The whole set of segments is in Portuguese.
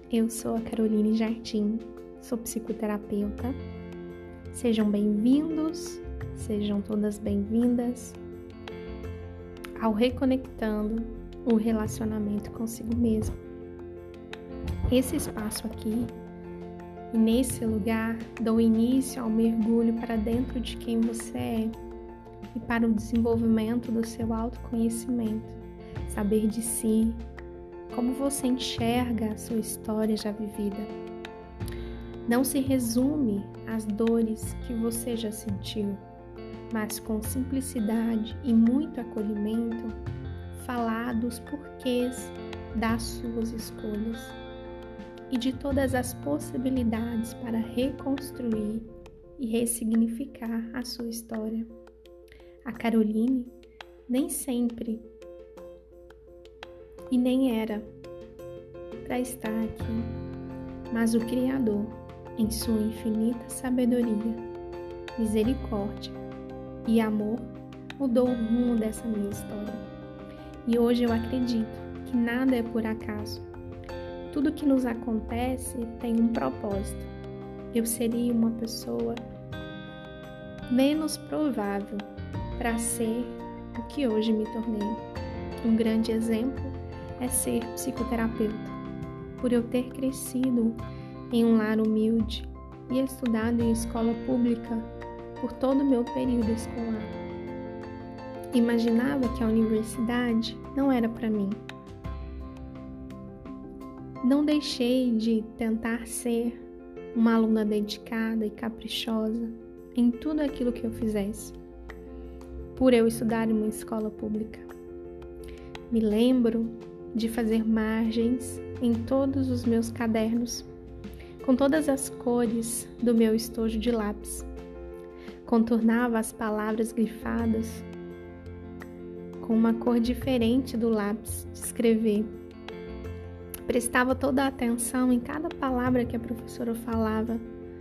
Eu sou a Caroline Jardim, sou psicoterapeuta. Sejam bem-vindos, sejam todas bem-vindas ao Reconectando o Relacionamento consigo mesmo. Esse espaço aqui, e nesse lugar, dou início ao mergulho para dentro de quem você é e para o desenvolvimento do seu autoconhecimento, saber de si, como você enxerga a sua história já vivida. Não se resume às dores que você já sentiu, mas com simplicidade e muito acolhimento, falar dos porquês das suas escolhas e de todas as possibilidades para reconstruir e ressignificar a sua história. A Caroline nem sempre e nem era para estar aqui, mas o Criador, em sua infinita sabedoria, misericórdia e amor, mudou o rumo dessa minha história. E hoje eu acredito que nada é por acaso. Tudo que nos acontece tem um propósito. Eu seria uma pessoa menos provável para ser o que hoje me tornei. Um grande exemplo é ser psicoterapeuta, por eu ter crescido em um lar humilde e estudado em escola pública por todo o meu período escolar. Imaginava que a universidade não era para mim. Não deixei de tentar ser uma aluna dedicada e caprichosa em tudo aquilo que eu fizesse, por eu estudar em uma escola pública. Me lembro de fazer margens em todos os meus cadernos, com todas as cores do meu estojo de lápis. Contornava as palavras grifadas com uma cor diferente do lápis de escrever. Prestava toda a atenção em cada palavra que a professora falava.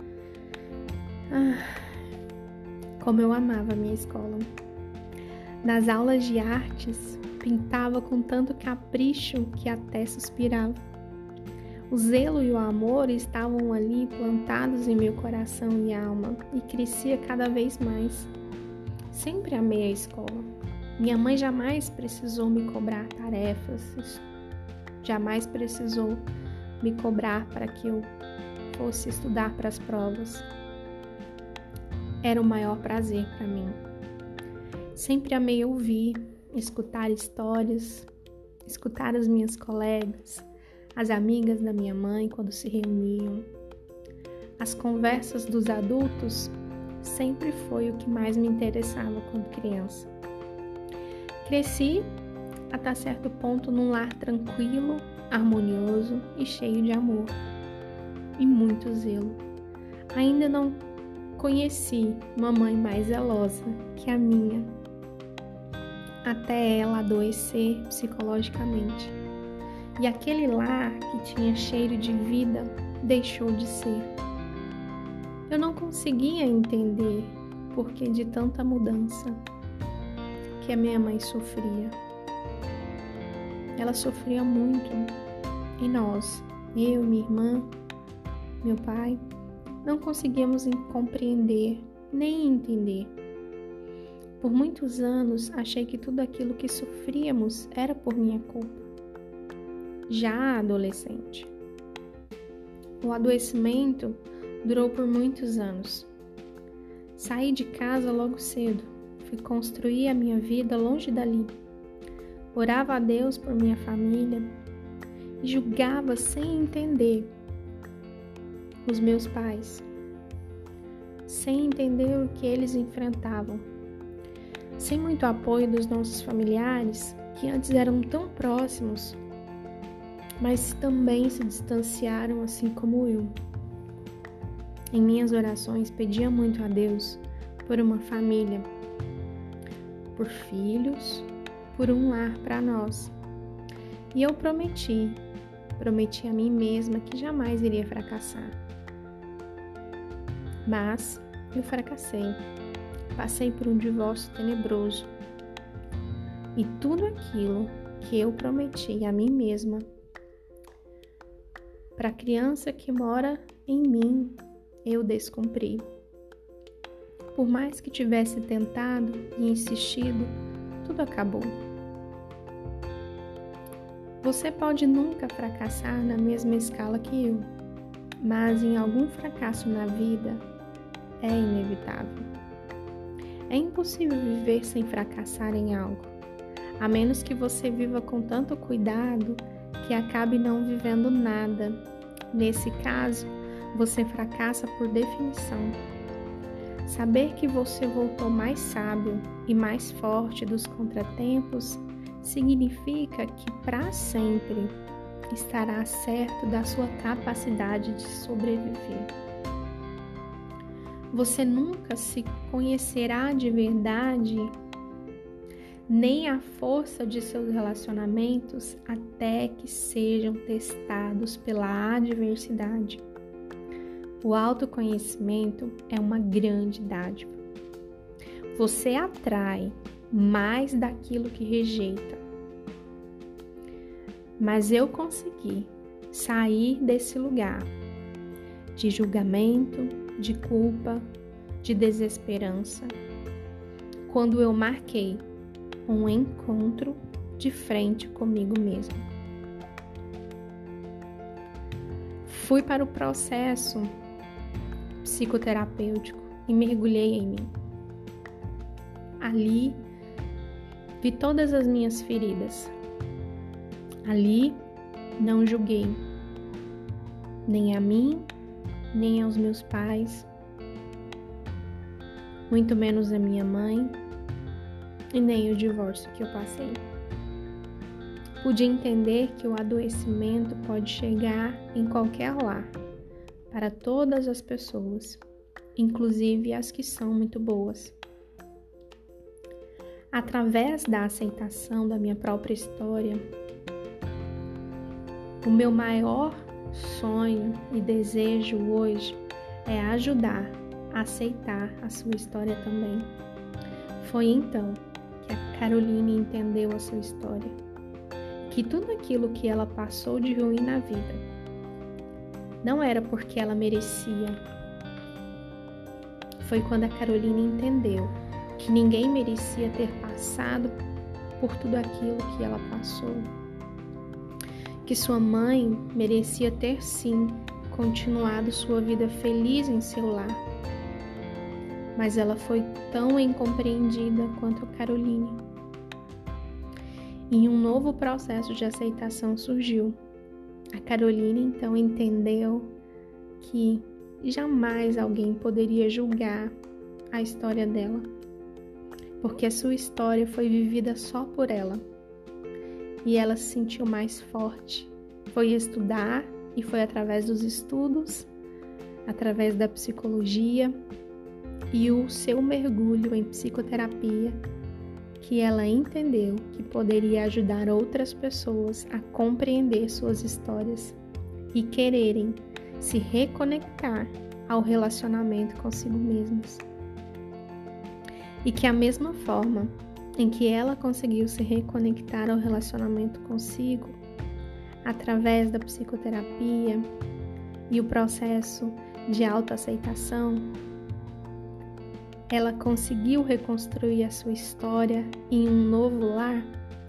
Como eu amava a minha escola. Nas aulas de artes, pintava com tanto capricho que até suspirava. O zelo e o amor estavam ali plantados em meu coração e alma e crescia cada vez mais. Sempre amei a escola. Minha mãe jamais precisou me cobrar tarefas, jamais precisou me cobrar para que eu fosse estudar para as provas. Era o maior prazer para mim. Sempre amei ouvir, escutar histórias, escutar as minhas colegas, as amigas da minha mãe quando se reuniam. As conversas dos adultos sempre foi o que mais me interessava quando criança. Cresci até certo ponto num lar tranquilo, harmonioso e cheio de amor e muito zelo. Ainda não conheci uma mãe mais zelosa que a minha, até ela adoecer psicologicamente. E aquele lar que tinha cheiro de vida deixou de ser. Eu não conseguia entender por que de tanta mudança que a minha mãe sofria. Ela sofria muito e nós, eu, minha irmã, meu pai, não conseguíamos compreender nem entender. Por muitos anos achei que tudo aquilo que sofríamos era por minha culpa. Já adolescente. O adoecimento durou por muitos anos. Saí de casa logo cedo, fui construir a minha vida longe dali. Orava a Deus por minha família e julgava sem entender os meus pais, sem entender o que eles enfrentavam, sem muito apoio dos nossos familiares, que antes eram tão próximos, mas também se distanciaram assim como eu. Em minhas orações pedia muito a Deus por uma família, por filhos, por um lar para nós. E eu prometi a mim mesma que jamais iria fracassar. Mas eu fracassei. Passei por um divórcio tenebroso. E tudo aquilo que eu prometi a mim mesma Para a criança que mora em mim, eu descumpri. Por mais que tivesse tentado e insistido, tudo acabou. Você pode nunca fracassar na mesma escala que eu, mas em algum fracasso na vida é inevitável. É impossível viver sem fracassar em algo, a menos que você viva com tanto cuidado que acabe não vivendo nada. Nesse caso, você fracassa por definição. Saber que você voltou mais sábio e mais forte dos contratempos significa que para sempre estará certo da sua capacidade de sobreviver. Você nunca se conhecerá de verdade, nem a força de seus relacionamentos até que sejam testados pela adversidade. O autoconhecimento é uma grande dádiva. Você atrai mais daquilo que rejeita. Mas eu consegui sair desse lugar de julgamento, de culpa, de desesperança, quando eu marquei um encontro de frente comigo mesmo. Fui para o processo psicoterapêutico e mergulhei em mim. Ali vi todas as minhas feridas. Ali não julguei, nem a mim, nem aos meus pais, muito menos a minha mãe, e nem o divórcio que eu passei. Pude entender que o adoecimento pode chegar em qualquer lar, para todas as pessoas, inclusive as que são muito boas. Através da aceitação da minha própria história, o meu maior sonho e desejo hoje é ajudar a aceitar a sua história também. Foi então que a Caroline entendeu a sua história, que tudo aquilo que ela passou de ruim na vida não era porque ela merecia. Foi quando a Caroline entendeu que ninguém merecia ter passado por tudo aquilo que ela passou. Que sua mãe merecia ter sim continuado sua vida feliz em seu lar. Mas ela foi tão incompreendida quanto a Caroline. E um novo processo de aceitação surgiu. A Caroline então entendeu que jamais alguém poderia julgar a história dela, porque a sua história foi vivida só por ela. E ela se sentiu mais forte. Foi estudar, e foi através dos estudos, através da psicologia e o seu mergulho em psicoterapia, que ela entendeu que poderia ajudar outras pessoas a compreender suas histórias e quererem se reconectar ao relacionamento consigo mesmas. E que a mesma forma em que ela conseguiu se reconectar ao relacionamento consigo, através da psicoterapia e o processo de autoaceitação, ela conseguiu reconstruir a sua história em um novo lar,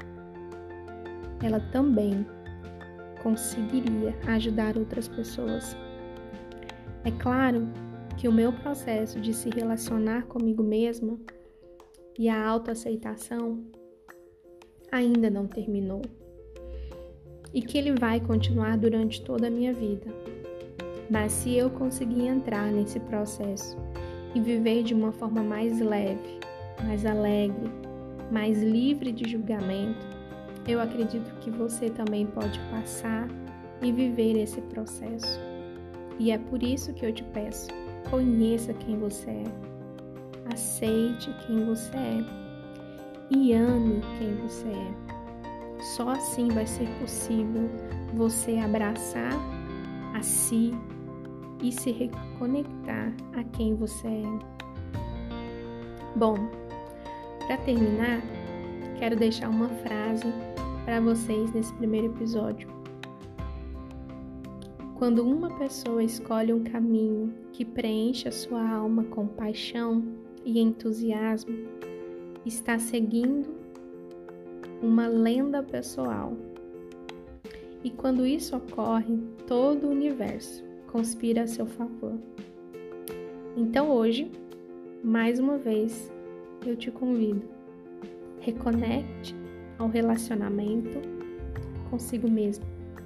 ela também conseguiria ajudar outras pessoas. É claro que o meu processo de se relacionar comigo mesma e a autoaceitação ainda não terminou. E que ele vai continuar durante toda a minha vida. Mas se eu conseguir entrar nesse processo e viver de uma forma mais leve, mais alegre, mais livre de julgamento, eu acredito que você também pode passar e viver esse processo. E é por isso que eu te peço, conheça quem você é, aceite quem você é e ame quem você é. Só assim vai ser possível você abraçar a si e se reconectar a quem você é. Bom, para terminar, quero deixar uma frase para vocês nesse primeiro episódio. Quando uma pessoa escolhe um caminho que preenche a sua alma com paixão e entusiasmo, está seguindo uma lenda pessoal. E quando isso ocorre, todo o universo conspira a seu favor. Então hoje, mais uma vez, eu te convido. Reconecte ao relacionamento consigo mesmo.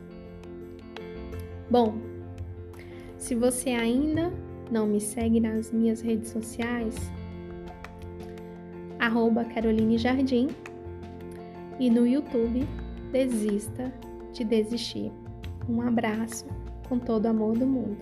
Bom, se você ainda não me segue nas minhas redes sociais, @Caroline Jardim, e no YouTube, Desista de Desistir. Um abraço com todo o amor do mundo.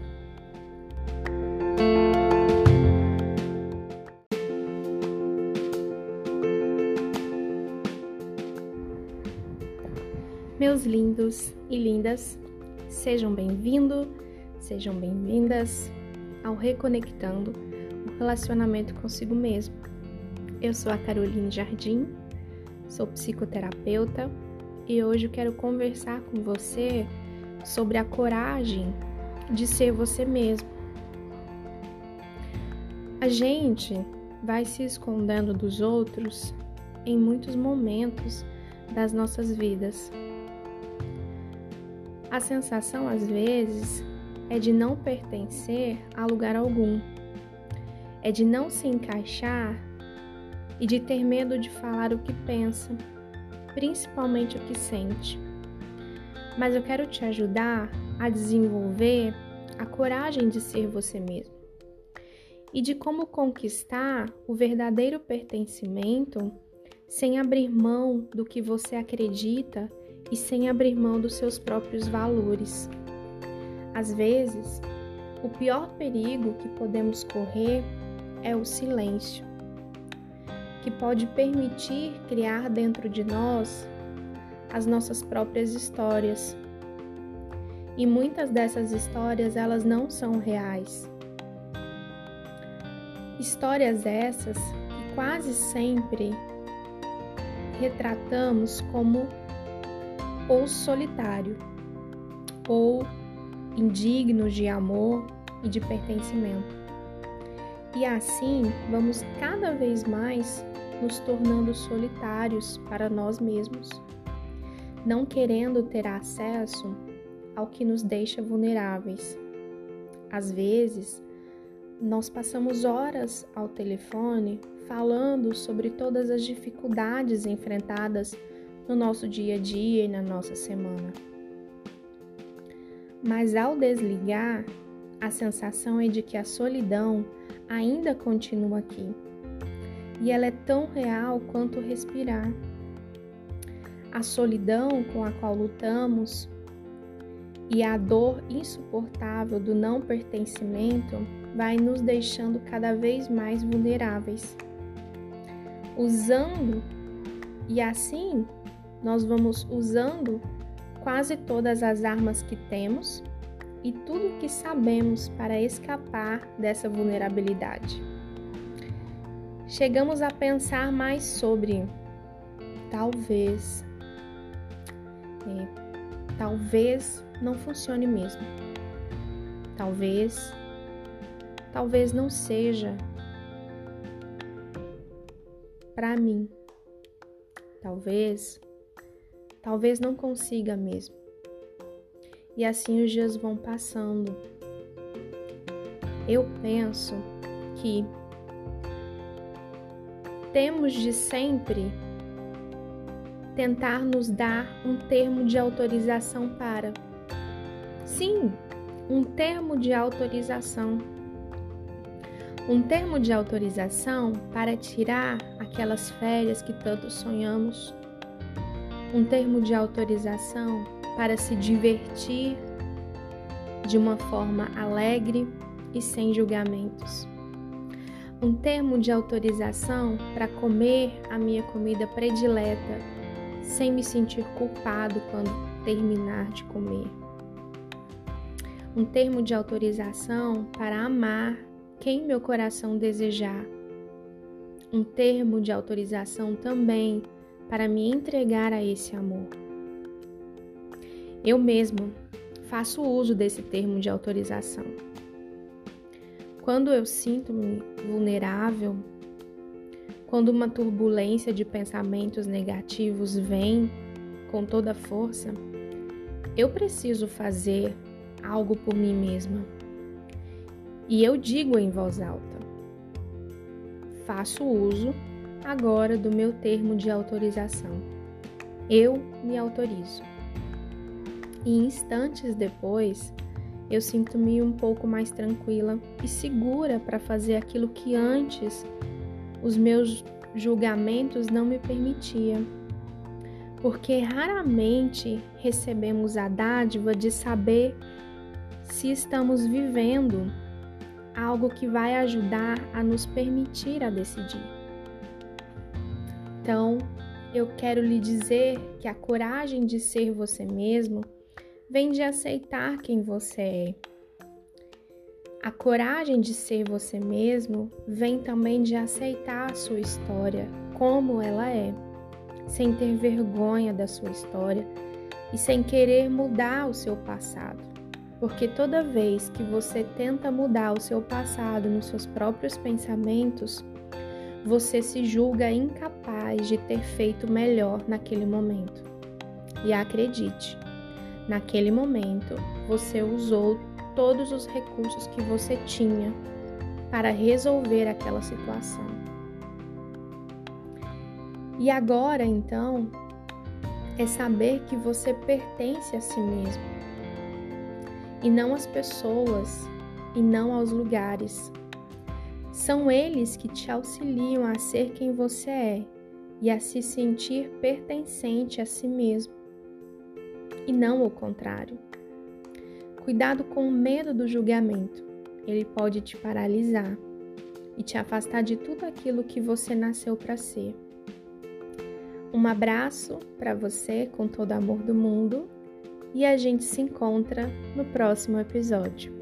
Meus lindos e lindas, sejam bem-vindos, sejam bem-vindas ao Reconectando o Relacionamento Consigo Mesmo. Eu sou a Caroline Jardim, sou psicoterapeuta e hoje eu quero conversar com você sobre a coragem de ser você mesmo. A gente vai se escondendo dos outros em muitos momentos das nossas vidas. A sensação, às vezes, é de não pertencer a lugar algum, é de não se encaixar e de ter medo de falar o que pensa, principalmente o que sente. Mas eu quero te ajudar a desenvolver a coragem de ser você mesmo e de como conquistar o verdadeiro pertencimento sem abrir mão do que você acredita e sem abrir mão dos seus próprios valores. Às vezes, o pior perigo que podemos correr é o silêncio, que pode permitir criar dentro de nós as nossas próprias histórias. E muitas dessas histórias, elas não são reais. Histórias essas que quase sempre retratamos como ou solitário, ou indignos de amor e de pertencimento. E assim, vamos cada vez mais nos tornando solitários para nós mesmos, não querendo ter acesso ao que nos deixa vulneráveis. Às vezes, nós passamos horas ao telefone falando sobre todas as dificuldades enfrentadas no nosso dia a dia e na nossa semana. Mas ao desligar, a sensação é de que a solidão ainda continua aqui. E ela é tão real quanto respirar. A solidão com a qual lutamos e a dor insuportável do não pertencimento vai nos deixando cada vez mais vulneráveis. E assim nós vamos usando quase todas as armas que temos e tudo o que sabemos para escapar dessa vulnerabilidade. Chegamos a pensar mais sobre talvez não funcione mesmo. Talvez não seja para mim. Talvez não consiga mesmo. E assim os dias vão passando. Eu penso que temos de sempre tentar nos dar um termo de autorização para. Sim, um termo de autorização. Um termo de autorização para tirar aquelas férias que tanto sonhamos. Um termo de autorização para se divertir de uma forma alegre e sem julgamentos. Um termo de autorização para comer a minha comida predileta sem me sentir culpado quando terminar de comer. Um termo de autorização para amar quem meu coração desejar. Um termo de autorização também para me entregar a esse amor. Eu mesma faço uso desse termo de autorização. Quando eu sinto-me vulnerável, quando uma turbulência de pensamentos negativos vem com toda a força, eu preciso fazer algo por mim mesma. E eu digo em voz alta: faço uso agora do meu termo de autorização. Eu me autorizo. E instantes depois, eu sinto-me um pouco mais tranquila e segura para fazer aquilo que antes os meus julgamentos não me permitiam. Porque raramente recebemos a dádiva de saber se estamos vivendo algo que vai ajudar a nos permitir a decidir. Então, eu quero lhe dizer que a coragem de ser você mesmo vem de aceitar quem você é. A coragem de ser você mesmo vem também de aceitar a sua história como ela é, sem ter vergonha da sua história e sem querer mudar o seu passado. Porque toda vez que você tenta mudar o seu passado nos seus próprios pensamentos, você se julga incapaz de ter feito melhor naquele momento. E acredite, naquele momento você usou todos os recursos que você tinha para resolver aquela situação. E agora, então, é saber que você pertence a si mesmo, e não às pessoas, e não aos lugares. São eles que te auxiliam a ser quem você é e a se sentir pertencente a si mesmo, e não o contrário. Cuidado com o medo do julgamento. Ele pode te paralisar e te afastar de tudo aquilo que você nasceu para ser. Um abraço para você com todo o amor do mundo e a gente se encontra no próximo episódio.